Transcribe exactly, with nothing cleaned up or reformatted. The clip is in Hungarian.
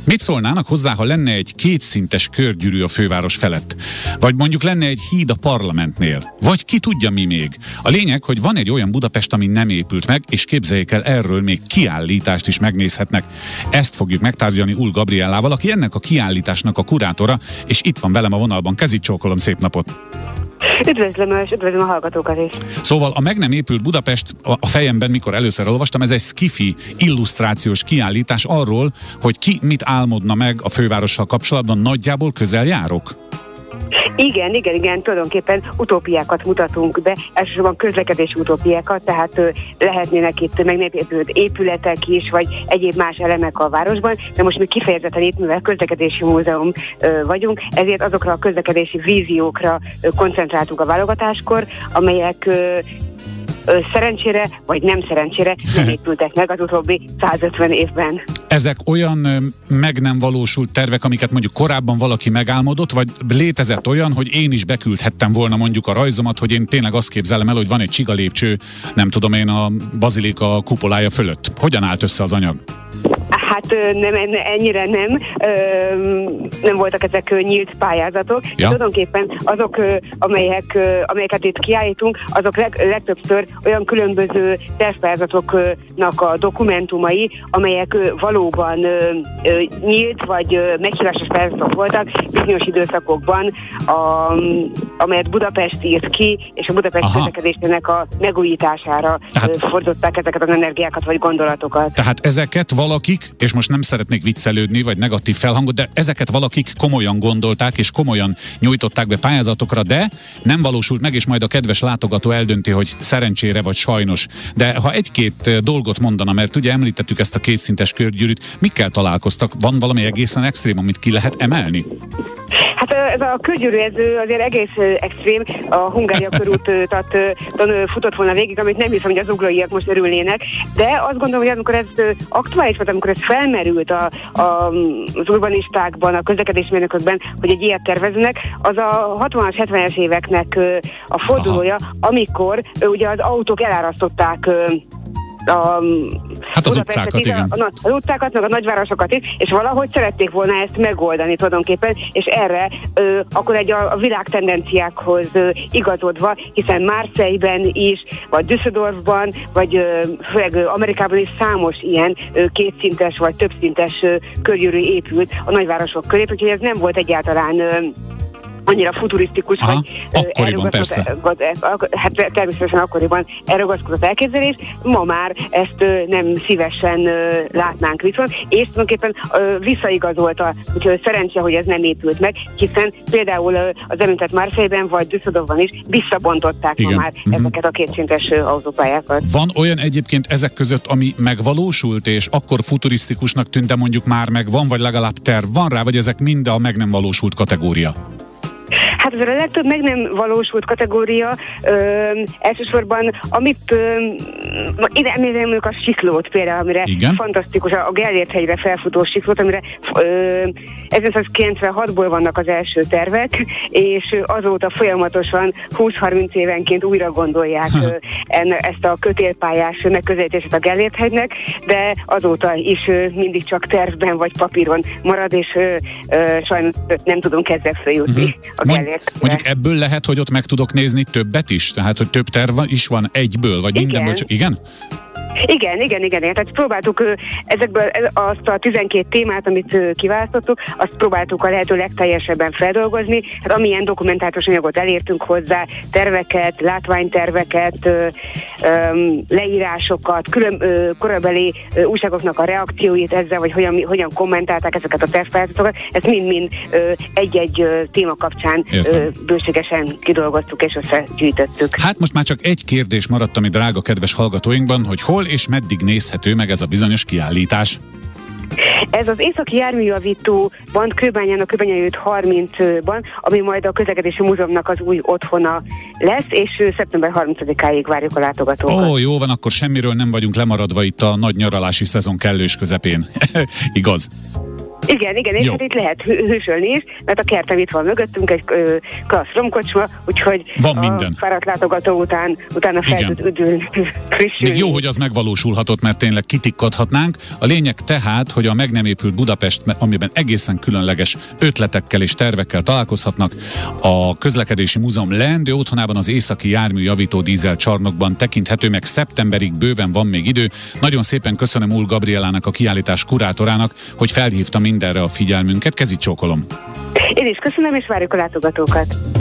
Mit szólnának hozzá, ha lenne egy kétszintes körgyűrű a főváros felett? Vagy mondjuk lenne egy híd a parlamentnél? Vagy ki tudja mi még? A lényeg, hogy van egy olyan Budapest, ami nem épült meg, és képzeljék el, erről még kiállítást is megnézhetnek. Ezt fogjuk megtárgyalni Ull Gabriellával, aki ennek a kiállításnak a kurátora, és itt van velem a vonalban. Kezit csókolom, szép napot! Üdvözlöm, és üdvözlöm a hallgatókat is. Szóval a meg nem épült Budapest a fejemben, mikor először olvastam, ez egy skifi illusztrációs kiállítás arról, hogy ki mit álmodna meg a fővárossal kapcsolatban, nagyjából közeljárok. Igen, igen, igen, tulajdonképpen utópiákat mutatunk be, elsősorban közlekedési utópiákat, tehát ö, lehetnének itt meg nem épült épületek is, vagy egyéb más elemek a városban, de most mi kifejezetten itt, mivel közlekedési múzeum ö, vagyunk, ezért azokra a közlekedési víziókra ö, koncentráltunk a válogatáskor, amelyek ö, ö, szerencsére, vagy nem szerencsére nem épültek meg az utóbbi százötven évben. Ezek olyan ö, meg nem valósult tervek, amiket mondjuk korábban valaki megálmodott, vagy létezett olyan, hogy én is beküldhettem volna mondjuk a rajzomat, hogy én tényleg azt képzelem el, hogy van egy csiga lépcső, nem tudom én, a bazilika kupolája fölött. Hogyan állt össze az anyag? Hát nem, ennyire nem, nem voltak ezek nyílt pályázatok. Ja. Tulajdonképpen azok, amelyek, amelyeket itt kiállítunk, azok leg, legtöbbször olyan különböző tervpályázatoknak a dokumentumai, amelyek valóban nyílt vagy meghívásos pályázatok voltak bizonyos időszakokban, a, amelyet Budapest írt ki, és a Budapest közlekedésének a megújítására tehát, fordították ezeket az energiákat vagy gondolatokat. Tehát ezeket valakik, és most nem szeretnék viccelődni, vagy negatív felhangot, de ezeket valakik komolyan gondolták, és komolyan nyújtották be pályázatokra, de nem valósult meg, és majd a kedves látogató eldönti, hogy szerencsére vagy sajnos. De ha egy-két dolgot mondana, mert ugye említettük ezt a kétszintes körgyűrűt, mikkel találkoztak? Van valami egészen extrém, amit ki lehet emelni? Hát ez a körgyűrű, ez azért egész extrém. A Hungária körútat futott volna végig, amit nem hiszem, hogy az uglóiak most örülnének, de azt gondolom, hogy amikor ez aktuális volt, amikor ez felmerült a, a, az urbanistákban, a közlekedésmérnökökben, hogy egy ilyet terveznek, az a hatvanas, hetvenes éveknek a fordulója, aha, amikor ugye az autók elárasztották a, hát az utcákat, is, a, a, az utcákat, meg a nagyvárosokat is, és valahogy szerették volna ezt megoldani tulajdonképpen, és erre ö, akkor egy a, a világ tendenciákhoz ö, igazodva, hiszen Marseille-ben is, vagy Düsseldorfban, vagy ö, főleg ö, Amerikában is számos ilyen ö, kétszintes vagy többszintes ö, körgyűrű épült a nagyvárosok köré, úgyhogy ez nem volt egyáltalán ö, annyira futurisztikus, aha, vagy elrugaszkodott, hát természetesen akkoriban elrugaszkodott elképzelés, ma már ezt nem szívesen látnánk viszont, és tulajdonképpen visszaigazolta, úgyhogy szerencse, hogy ez nem épült meg, hiszen például az említett Marseille-ben vagy Düsseldorfban is visszabontották ma már uh-huh. ezeket a kétszintes autópályákat. Van olyan egyébként ezek között, ami megvalósult, és akkor futurisztikusnak tűnt, de mondjuk már megvan, vagy legalább terv van rá, vagy ezek mind a meg nem valósult kategória? Hát ez a legtöbb meg nem valósult kategória, ö, elsősorban amit ö, ide említem a siklót például, amire igen? Fantasztikus, a Gellért hegyre felfutó siklót, amire ö, ezernyolcszázkilencvenhatból vannak az első tervek, és azóta folyamatosan húsz-harminc évenként újra gondolják ö, enne, ezt a kötélpályás megközelítését a Gellért hegynek, de azóta is ö, mindig csak tervben vagy papíron marad, és ö, ö, sajnos nem tudunk ezzel feljutni. Uh-huh. Mond, mondjuk ebből lehet, hogy ott meg tudok nézni többet is? Tehát, hogy több terv is van egyből, vagy igen. Mindenből csak... Igen? Igen, igen, igen, igen. Tehát próbáltuk ezekből azt a tizenkét témát, amit kiválasztottuk, azt próbáltuk a lehető legteljesebben feldolgozni. Hát amilyen dokumentációs anyagot elértünk hozzá, terveket, látványterveket, leírásokat, külön korabeli újságoknak a reakcióit ezzel, vagy hogyan, hogyan kommentálták ezeket a tervpályázatokat, ezt mind-mind egy-egy téma kapcsán értem. Bőségesen kidolgoztuk és összegyűjtöttük. Hát most már csak egy kérdés maradt, ami drága kedves hallgatóinkban, hogy hol és meddig nézhető meg ez a bizonyos kiállítás? Ez az északi járműjavító-ban, Kőbányán, a Kőbányai út harmincban, ami majd a Közlekedési Múzeumnak az új otthona lesz, és szeptember harmincadikáig várjuk a látogatókat. Ó, jó van, akkor semmiről nem vagyunk lemaradva itt a nagy nyaralási szezon kellős közepén. Igaz? Igen, igen, és hát itt lehet hősölni is, mert a kertem itt van mögöttünk, egy ö, klassz romkocsma, úgyhogy van a minden. fáradt látogató után utána fel tud üdülni, frissülni. Még jó, hogy az megvalósulhatott, mert tényleg kitikkadhatnánk. A lényeg tehát, hogy a meg nem épült Budapest, amiben egészen különleges ötletekkel és tervekkel találkozhatnak, a Közlekedési Múzeum leendő otthonában, az északi járműjavító dízel csarnokban tekinthető meg. Szeptemberig bőven van még idő. Nagyon szépen köszönöm Ull Gabriellának, a kiállítás kurátorának, hogy felhívta mindenre a figyelmünket. Kezi csókolom. Én is köszönöm, és várjuk a látogatókat.